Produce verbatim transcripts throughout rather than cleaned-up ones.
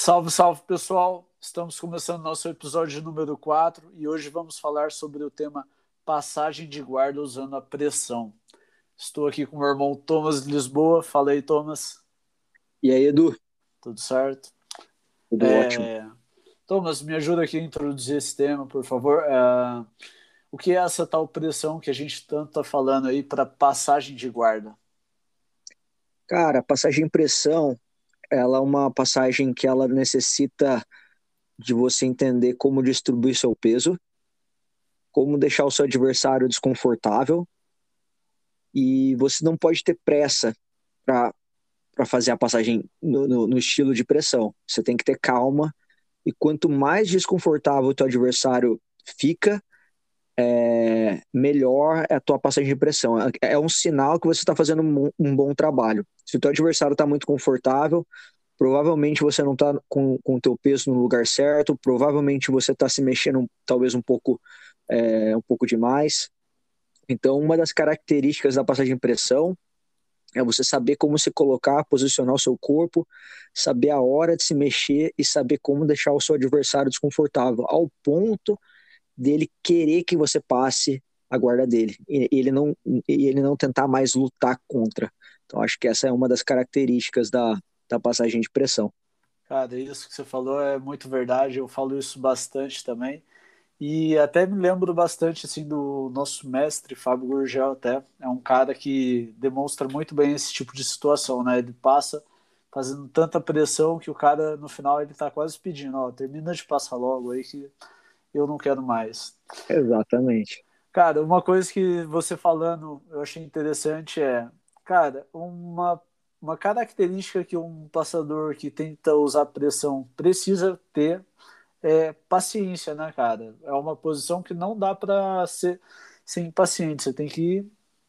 Salve, salve pessoal! Estamos começando nosso episódio número quatro e hoje vamos falar sobre o tema passagem de guarda usando a pressão. Estou aqui com o meu irmão Thomas de Lisboa. Fala aí, Thomas. E aí, Edu? Tudo certo? Tudo ótimo. É... Thomas, me ajuda aqui a introduzir esse tema, por favor. É... O que é essa tal pressão que a gente tanto está falando aí para passagem de guarda? Cara, a passagem em pressão, ela é uma passagem que ela necessita de você entender como distribuir seu peso, como deixar o seu adversário desconfortável, e você não pode ter pressa para para fazer a passagem no, no, no estilo de pressão. Você tem que ter calma, e quanto mais desconfortável o teu adversário fica, é, melhor é a tua passagem de pressão. É, é um sinal que você está fazendo um, um bom trabalho. Se o teu adversário está muito confortável, provavelmente você não está com, com o teu peso no lugar certo, provavelmente você está se mexendo talvez um pouco, é, um pouco demais. Então, uma das características da passagem de pressão é você saber como se colocar, posicionar o seu corpo, saber a hora de se mexer e saber como deixar o seu adversário desconfortável, ao ponto dele querer que você passe a guarda dele, e ele não, e ele não tentar mais lutar contra. Então, acho que essa é uma das características da, da passagem de pressão. Cara, isso que você falou é muito verdade. Eu falo isso bastante também. E até me lembro bastante assim do nosso mestre Fábio Gurgel, até é um cara que demonstra muito bem esse tipo de situação, né? Ele passa fazendo tanta pressão que o cara no final ele tá quase pedindo, ó, termina de passar logo aí que eu não quero mais. Exatamente. Cara, uma coisa que você falando eu achei interessante é, cara, uma uma característica que um passador que tenta usar pressão precisa ter é, paciência, né, cara? É uma posição que não dá para ser, ser impaciente. Você tem que ir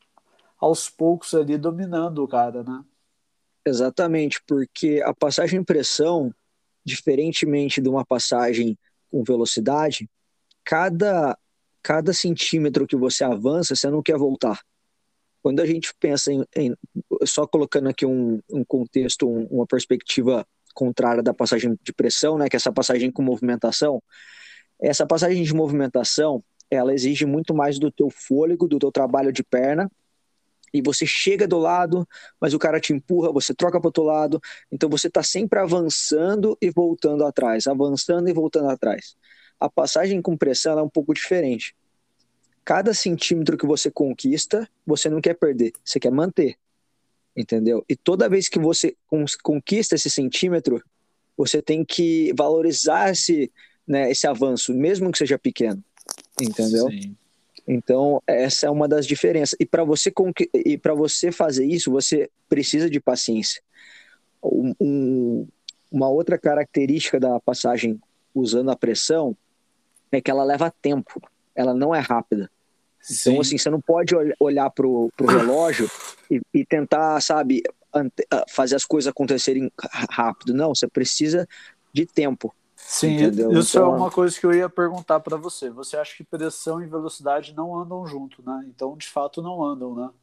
aos poucos ali dominando o cara, né? Exatamente, porque a passagem em pressão, diferentemente de uma passagem com velocidade, cada, cada centímetro que você avança, você não quer voltar. Quando a gente pensa em, em só colocando aqui um, um contexto, um, uma perspectiva contrária da passagem de pressão, né, que é essa passagem com movimentação, essa passagem de movimentação, ela exige muito mais do teu fôlego, do teu trabalho de perna, e você chega do lado, mas o cara te empurra, você troca para o outro lado, então você está sempre avançando e voltando atrás, avançando e voltando atrás. A passagem com pressão é um pouco diferente. Cada centímetro que você conquista, você não quer perder, você quer manter, entendeu? E toda vez que você conquista esse centímetro, você tem que valorizar esse, né, esse avanço, mesmo que seja pequeno, entendeu? Sim. Então, essa é uma das diferenças. E para você, e para você fazer isso, você precisa de paciência. Um, um, uma outra característica da passagem usando a pressão é que ela leva tempo, ela não é rápida. Então, Sim. assim, você não pode olhar para o relógio e, e tentar, sabe, fazer as coisas acontecerem rápido. Não, você precisa de tempo, Sim, entendeu? isso é Então, uma coisa que eu ia perguntar para você. Você acha que pressão e velocidade não andam junto, né? Então, de fato, não andam, né?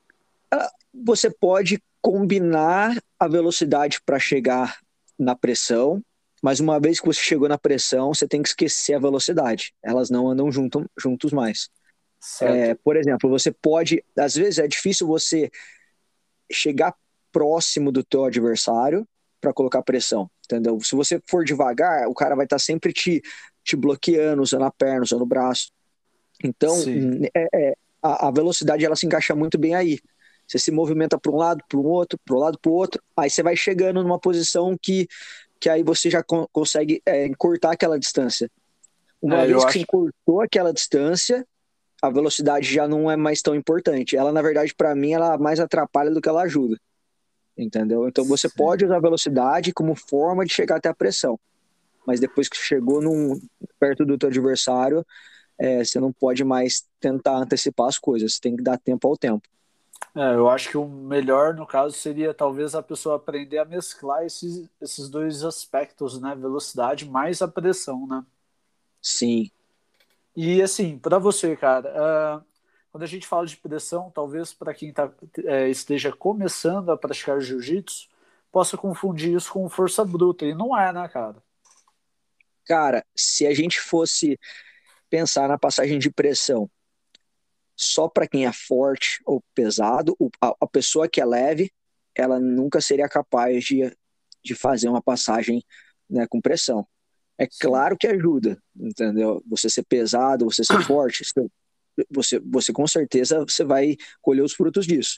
você pode combinar a velocidade para chegar na pressão, mas uma vez que você chegou na pressão, você tem que esquecer a velocidade. Elas não andam junto, juntos mais. É, Certo. por exemplo, você pode, às vezes é difícil você chegar próximo do teu adversário para colocar pressão, entendeu? Se você for devagar, o cara vai estar tá sempre te, te bloqueando, usando a perna, usando o braço. Então, Sim. é, é, a, a velocidade ela se encaixa muito bem aí. Você se movimenta para um lado, para o outro, para o lado, para o outro, aí você vai chegando numa posição que, que aí você já con consegue é, encurtar aquela distância. Uma É, eu vez que você acho. encurtou aquela distância, a velocidade já não é mais tão importante. Ela, na verdade, para mim, ela mais atrapalha do que ela ajuda, entendeu? Então você pode Sim. usar a velocidade como forma de chegar até a pressão, mas depois que chegou num, perto do teu adversário, é, você não pode mais tentar antecipar as coisas, você tem que dar tempo ao tempo. É, eu acho que o melhor, no caso, seria talvez a pessoa aprender a mesclar esses, esses dois aspectos, né? Velocidade mais a pressão, né? Sim, E assim, para você, cara, uh, quando a gente fala de pressão, talvez para quem tá, é, esteja começando a praticar jiu-jitsu, possa confundir isso com força bruta, e não é, né, cara? Cara, se a gente fosse pensar na passagem de pressão só para quem é forte ou pesado, a, a pessoa que é leve, ela nunca seria capaz de, de fazer uma passagem, né, com pressão. É Sim. claro que ajuda, entendeu? Você ser pesado, você ser forte, você, você com certeza você vai colher os frutos disso.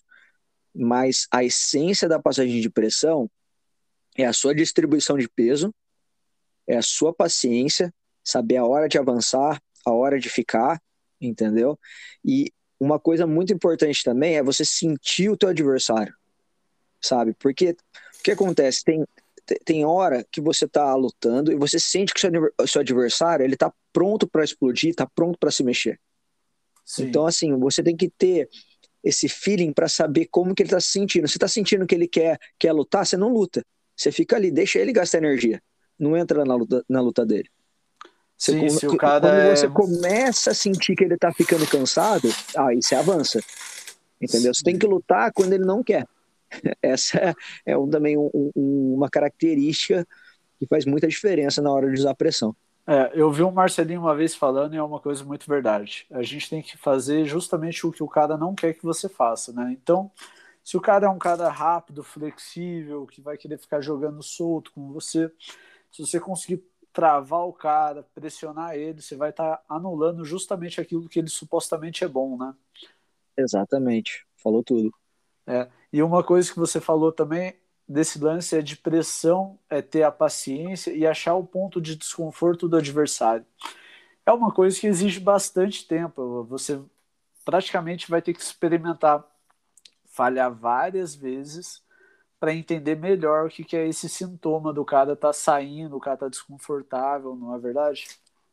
Mas a essência da passagem de pressão é a sua distribuição de peso, é a sua paciência, saber a hora de avançar, a hora de ficar, entendeu? E uma coisa muito importante também é você sentir o teu adversário, sabe? Porque o que acontece? Tem, tem hora que você tá lutando e você sente que o seu adversário ele tá pronto para explodir, tá pronto para se mexer. Sim. Então, assim, você tem que ter esse feeling para saber como que ele tá se sentindo. Se tá sentindo que ele quer, quer lutar, você não luta. Você fica ali, deixa ele gastar energia. Não entra na luta, na luta dele. Você, Sim, se o cara quando é. você começa a sentir que ele tá ficando cansado, aí você avança. Entendeu? Você tem que lutar quando ele não quer. Essa é, é um, também um, um, uma característica que faz muita diferença na hora de usar pressão. É, eu vi o Marcelinho uma vez falando e é uma coisa muito verdade. A gente tem que fazer justamente o que o cara não quer que você faça, né? Então, se o cara é um cara rápido, flexível, que vai querer ficar jogando solto com você, se você conseguir travar o cara, pressionar ele, você vai estar anulando justamente aquilo que ele supostamente é bom, né? Exatamente. Falou tudo. É. E uma coisa que você falou também desse lance é de pressão, é ter a paciência e achar o ponto de desconforto do adversário. É uma coisa que exige bastante tempo. Você praticamente vai ter que experimentar, falhar várias vezes para entender melhor o que, que é esse sintoma do cara tá saindo, o cara tá desconfortável, não é verdade?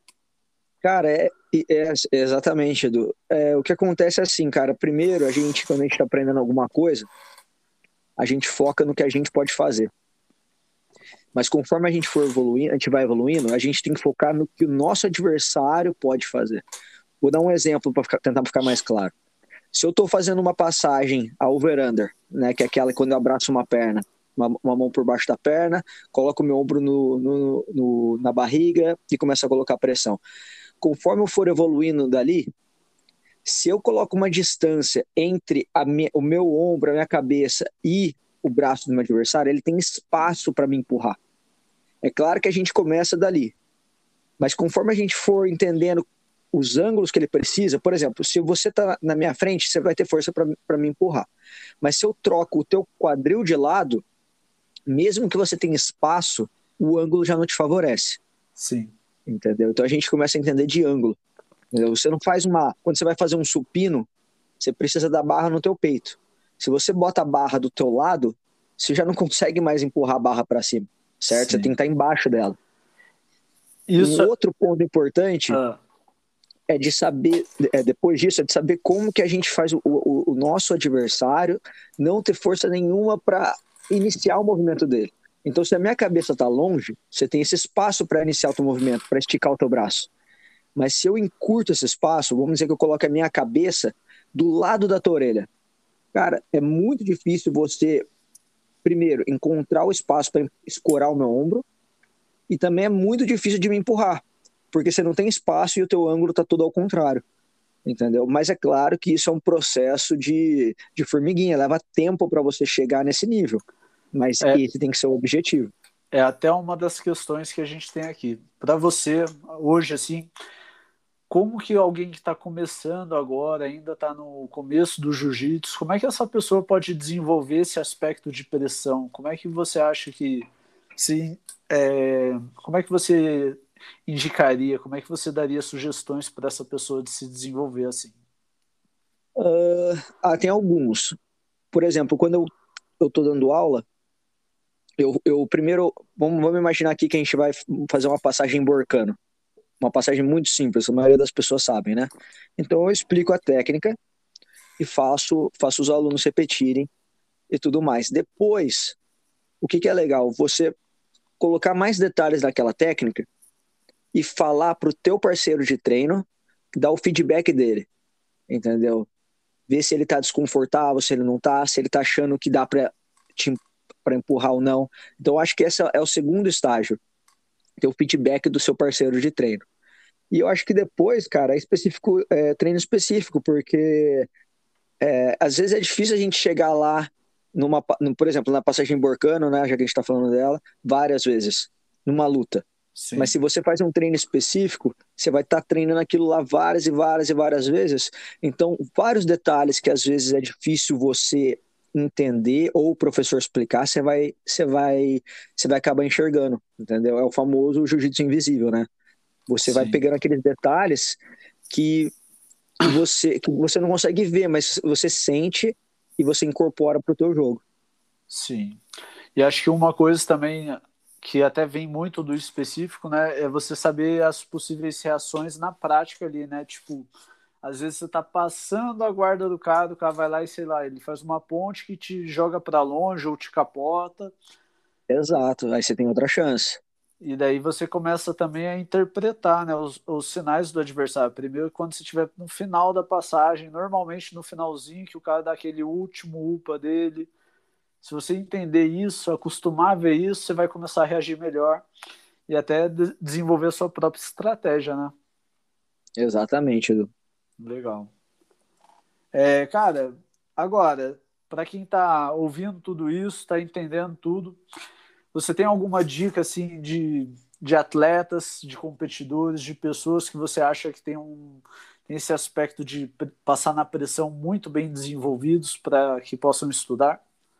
Cara, é, é, é exatamente, Edu. É, o que acontece é assim, cara. Primeiro, a gente, quando a gente tá aprendendo alguma coisa, a gente foca no que a gente pode fazer. Mas conforme a gente for evoluindo, a gente vai evoluindo, a gente tem que focar no que o nosso adversário pode fazer. Vou dar um exemplo para tentar ficar mais claro. Se eu estou fazendo uma passagem a over-under, né, que é aquela quando eu abraço uma perna, uma, uma mão por baixo da perna, coloco o meu ombro no, no, no, na barriga e começo a colocar pressão. Conforme eu for evoluindo dali, se eu coloco uma distância entre a minha, o meu ombro, a minha cabeça e o braço do meu adversário, ele tem espaço para me empurrar. É claro que a gente começa dali, mas conforme a gente for entendendo os ângulos que ele precisa, por exemplo, se você está na minha frente, você vai ter força para me empurrar. Mas se eu troco o teu quadril de lado, mesmo que você tenha espaço, o ângulo já não te favorece. Sim. Entendeu? Então a gente começa a entender de ângulo. Entendeu? Você não faz uma... Quando você vai fazer um supino, você precisa da barra no teu peito. Se você bota a barra do teu lado, você já não consegue mais empurrar a barra para cima, certo? Sim. Você tem que estar embaixo dela. Isso... Um outro ponto importante... Ah. É de saber, é, depois disso, é de saber como que a gente faz o, o, o nosso adversário não ter força nenhuma para iniciar o movimento dele. Então, se a minha cabeça está longe, você tem esse espaço para iniciar o teu movimento, para esticar o teu braço. Mas se eu encurto esse espaço, vamos dizer que eu coloco a minha cabeça do lado da tua orelha. Cara, é muito difícil você, primeiro, encontrar o espaço para escorar o meu ombro, e também é muito difícil de me empurrar, porque você não tem espaço e o teu ângulo está todo ao contrário, entendeu? Mas é claro que isso é um processo de, de formiguinha, leva tempo para você chegar nesse nível, mas é, esse tem que ser o objetivo. É até uma das questões que a gente tem aqui. Para você, hoje, assim, como que alguém que está começando agora, ainda está no começo do jiu-jitsu, como é que essa pessoa pode desenvolver esse aspecto de pressão? Como é que você acha que... Se, é, como é que você... indicaria, como é que você daria sugestões para essa pessoa de se desenvolver assim? Uh, ah, tem alguns. Por exemplo, quando eu, eu tô dando aula, eu, eu primeiro, vamos, vamos imaginar aqui que a gente vai fazer uma passagem emborcando. Uma passagem muito simples, a maioria das pessoas sabem, né? Então eu explico a técnica e faço, faço os alunos repetirem e tudo mais. Depois, o que, que é legal? Você colocar mais detalhes daquela técnica e falar para o teu parceiro de treino, dar o feedback dele, entendeu? Ver se ele está desconfortável, se ele não está, se ele está achando que dá para te, para empurrar ou não. Então, eu acho que esse é o segundo estágio, ter o feedback do seu parceiro de treino. E eu acho que depois, cara, é específico, é treino específico, porque é, às vezes é difícil a gente chegar lá, numa, por exemplo, na passagem Borcano, né, já que a gente está falando dela, várias vezes, numa luta. Mas Sim, se você faz um treino específico, você vai estar tá treinando aquilo lá várias e várias e várias vezes. Então, vários detalhes que às vezes é difícil você entender ou o professor explicar, você vai, você vai, você vai acabar enxergando, entendeu? É o famoso jiu-jitsu invisível, né? Você vai sim, pegando aqueles detalhes que, que, você, que você não consegue ver, mas você sente e você incorpora para o teu jogo. sim. E acho que uma coisa também que até vem muito do específico, né, é você saber as possíveis reações na prática ali, né? Tipo, às vezes você tá passando a guarda do cara, o cara vai lá e sei lá, ele faz uma ponte que te joga para longe ou te capota. Exato, aí você tem outra chance. E daí você começa também a interpretar, né, os, os sinais do adversário. Primeiro, quando você estiver no final da passagem, normalmente no finalzinho, que o cara dá aquele último upa dele. Se você entender isso, acostumar a ver isso, você vai começar a reagir melhor e até de desenvolver a sua própria estratégia, né? Exatamente, Edu. Legal. É, cara, agora, para quem está ouvindo tudo isso, está entendendo tudo, você tem alguma dica assim de, de atletas, de competidores, de pessoas que você acha que tem um tem esse aspecto de passar na pressão muito bem desenvolvidos para que possam estudar?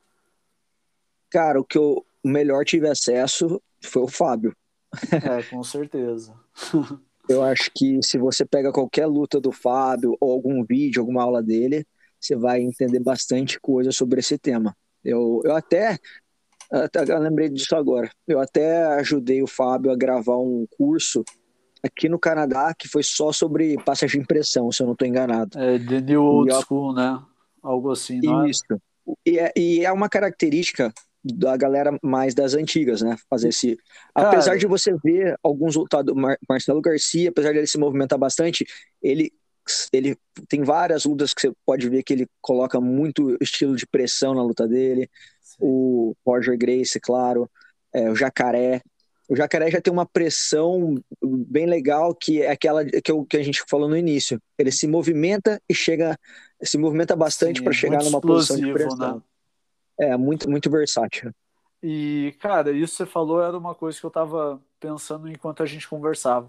Cara, o que eu melhor tive acesso foi o Fábio. É, com certeza. Eu acho que se você pega qualquer luta do Fábio ou algum vídeo, alguma aula dele, você vai entender bastante coisa sobre esse tema. Eu, eu até, até eu lembrei disso agora. Eu até ajudei o Fábio a gravar um curso aqui no Canadá que foi só sobre passagem de impressão, se eu não estou enganado. É, The New E Old ó, School, né? Algo assim, não era? isso. E é, e é uma característica da galera mais das antigas, né? Fazer esse. Apesar de Cara, você ver alguns lutadores, Mar Marcelo Garcia, apesar dele se movimentar bastante, ele, ele tem várias lutas que você pode ver que ele coloca muito estilo de pressão na luta dele. sim. O Roger Gracie, claro, é, o Jacaré. O Jacaré já tem uma pressão bem legal, que é aquela que, eu, que a gente falou no início. Ele se movimenta e chega, se movimenta bastante Sim, para muito chegar numa posição de explosivo, né? pressão. É muito, muito versátil. E, cara, isso que você falou era uma coisa que eu tava pensando enquanto a gente conversava.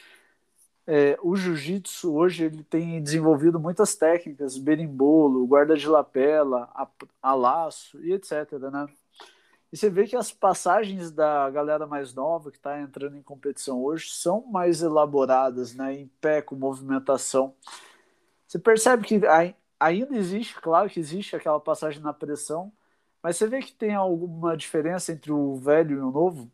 É, o jiu-jitsu hoje ele tem desenvolvido muitas técnicas, berimbolo, guarda de lapela, a, a laço e etc, né? E você vê que as passagens da galera mais nova que está entrando em competição hoje são mais elaboradas, né? Em pé, com movimentação. Você percebe que ainda existe, claro que existe aquela passagem na pressão, mas você vê que tem alguma diferença entre o velho e o novo?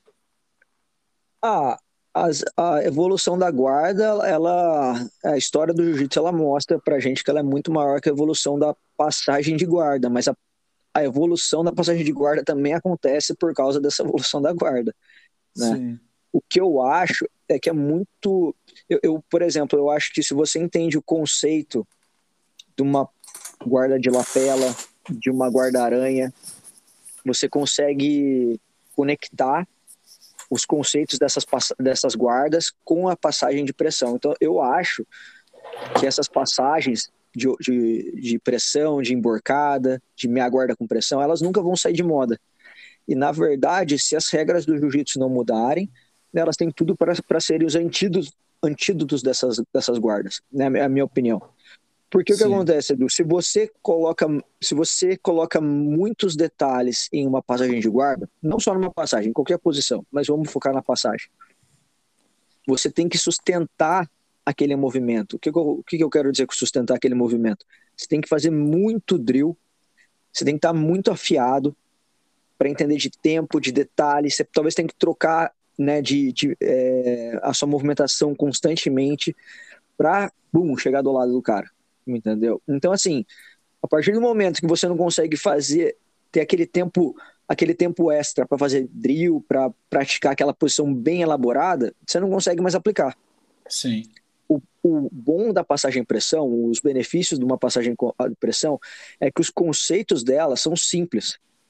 Ah, as, a evolução da guarda, ela, a história do jiu-jitsu, ela mostra pra gente que ela é muito maior que a evolução da passagem de guarda, mas a, a evolução da passagem de guarda também acontece por causa dessa evolução da guarda, né? Sim, O que eu acho é que é muito. Eu, eu, por exemplo, eu acho que se você entende o conceito de uma guarda de lapela, de uma guarda-aranha, você consegue conectar os conceitos dessas, dessas guardas com a passagem de pressão. Então, eu acho que essas passagens de, de, de pressão, de emborcada, de meia guarda com pressão, elas nunca vão sair de moda. E, na verdade, se as regras do jiu-jitsu não mudarem, elas têm tudo para serem os antídotos, antídotos dessas, dessas guardas, né? É a minha opinião. Porque o que sim, acontece, Edu? Se você coloca, se você coloca muitos detalhes em uma passagem de guarda, não só numa passagem, em qualquer posição, mas vamos focar na passagem. Você tem que sustentar aquele movimento. O que, eu, o que eu quero dizer com sustentar aquele movimento? Você tem que fazer muito drill, você tem que estar muito afiado para entender de tempo, de detalhes. Você talvez tenha que trocar, né, de, de é, a sua movimentação constantemente para, bum, chegar do lado do cara. Entendeu? Então, assim, a partir do momento que você não consegue fazer, ter aquele tempo, aquele tempo extra para fazer drill, para praticar aquela posição bem elaborada, você não consegue mais aplicar. sim. O, o bom da passagem em pressão, os benefícios de uma passagem em pressão, é que os conceitos dela são simples.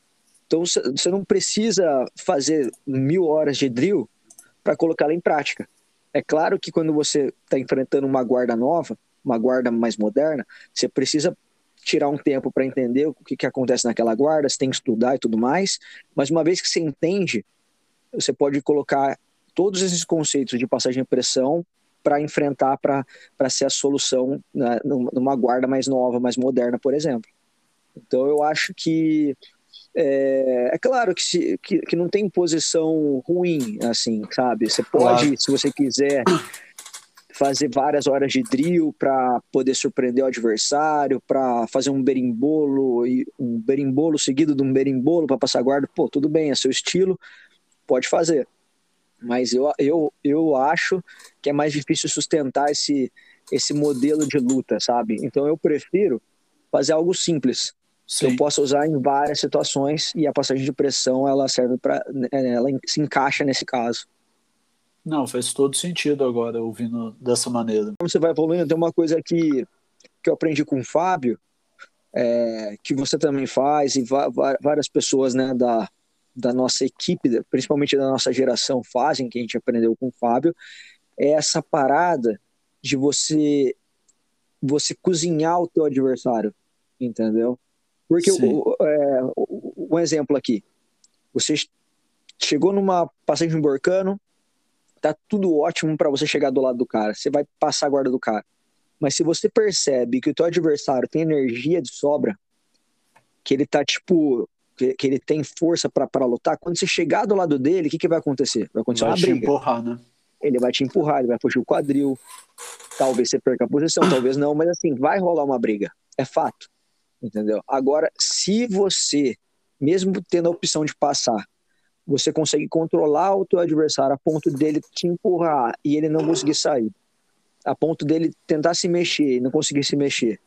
Então você não precisa fazer mil horas de drill para colocá-la em prática. É claro que quando você está enfrentando uma guarda nova, uma guarda mais moderna, você precisa tirar um tempo para entender o que, que acontece naquela guarda, você tem que estudar e tudo mais, mas uma vez que você entende, você pode colocar todos esses conceitos de passagem de pressão para enfrentar, para ser a solução, né, numa guarda mais nova, mais moderna, por exemplo. Então eu acho que é, é claro que, se, que, que não tem posição ruim, assim, sabe? Você pode, Claro. se você quiser, fazer várias horas de drill para poder surpreender o adversário, para fazer um berimbolo, e um berimbolo seguido de um berimbolo para passar guarda, pô, tudo bem, é seu estilo, pode fazer. Mas eu, eu, eu acho que é mais difícil sustentar esse, esse modelo de luta, sabe? Então eu prefiro fazer algo simples, que eu Sim. possa usar em várias situações, e a passagem de pressão, ela serve para, ela se encaixa nesse caso. Não, faz todo sentido agora, ouvindo dessa maneira. Como você vai evoluindo, tem uma coisa que, que eu aprendi com o Fábio, é, que você também faz, e várias pessoas, né, da, da nossa equipe, principalmente da nossa geração, fazem, que a gente aprendeu com o Fábio, é essa parada de você, você cozinhar o teu adversário, entendeu? Porque, Sim. é, um exemplo aqui, você chegou numa passagem de Borcano, tá tudo ótimo para você chegar do lado do cara, você vai passar a guarda do cara. Mas se você percebe que o teu adversário tem energia de sobra, que ele tá tipo, que, que ele tem força para lutar, quando você chegar do lado dele, o que, que vai acontecer? Vai acontecer Vai uma te briga. empurrar, né? Ele vai te empurrar, ele vai puxar o quadril, talvez você perca a posição, talvez não, mas assim, vai rolar uma briga. É fato, entendeu? Agora, se você, mesmo tendo a opção de passar, você consegue controlar o teu adversário a ponto dele te empurrar e ele não conseguir sair, a ponto dele tentar se mexer e não conseguir se mexer,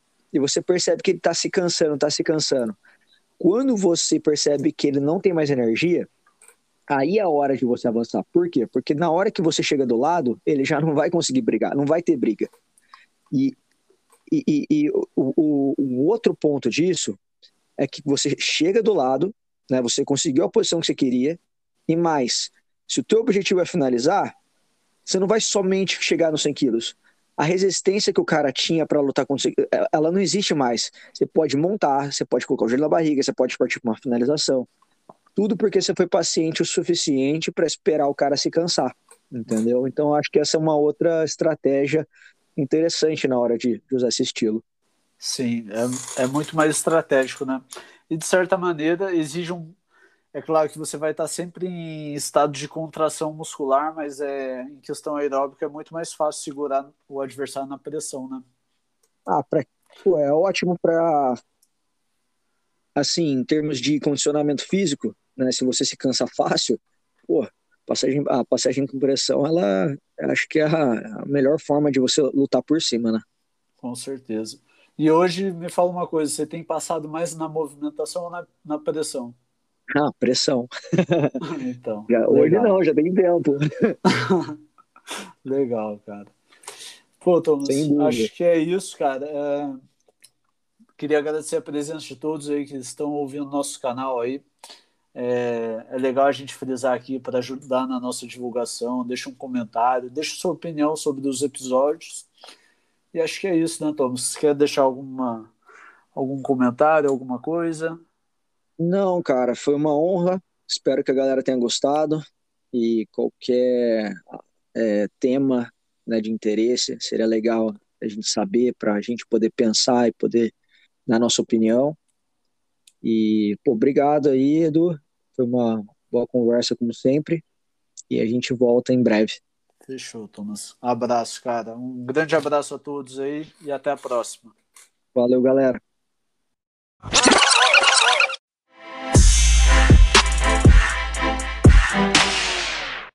e você percebe que ele está se cansando, está se cansando. Quando você percebe que ele não tem mais energia, aí é a hora de você avançar. Por quê? Porque na hora que você chega do lado, ele já não vai conseguir brigar, não vai ter briga. E, e, e, e o, o, o outro ponto disso é que você chega do lado, né, você conseguiu a posição que você queria, e mais, se o teu objetivo é finalizar, você não vai somente chegar nos cem quilos. A resistência que o cara tinha para lutar contra você, ela não existe mais. Você pode montar, você pode colocar o joelho na barriga, você pode partir para uma finalização. Tudo porque você foi paciente o suficiente para esperar o cara se cansar, entendeu? Então acho que essa é uma outra estratégia interessante na hora de, de usar esse estilo. Sim, é, é muito mais estratégico, né? E de certa maneira exige um. É claro que você vai estar sempre em estado de contração muscular, mas é, em questão aeróbica é muito mais fácil segurar o adversário na pressão, né? Ah, pra, pô, é ótimo para, assim, em termos de condicionamento físico, né? Se você se cansa fácil, pô, passagem, a passagem com pressão, ela acho que é a, a melhor forma de você lutar por cima, né? Com certeza. E hoje, me fala uma coisa, você tem passado mais na movimentação ou na, na pressão? Ah, pressão. Então, Já, hoje legal. não, já tem tempo. Legal, cara. Pô, Sem Thomas, dúvida. acho que é isso, cara. É, queria agradecer a presença de todos aí que estão ouvindo nosso canal aí. É, é legal a gente frisar aqui para ajudar na nossa divulgação. Deixa um comentário, deixa sua opinião sobre os episódios. E acho que é isso, né, Thomas? Você quer deixar alguma, algum comentário, alguma coisa? Não, cara, foi uma honra. Espero que a galera tenha gostado. E qualquer é, tema, né, de interesse, seria legal a gente saber, para a gente poder pensar e poder dar nossa opinião. E, pô, obrigado aí, Edu. Foi uma boa conversa, como sempre. E a gente volta em breve. Fechou, Thomas. Abraço, cara. Um grande abraço a todos aí e até a próxima. Valeu, galera.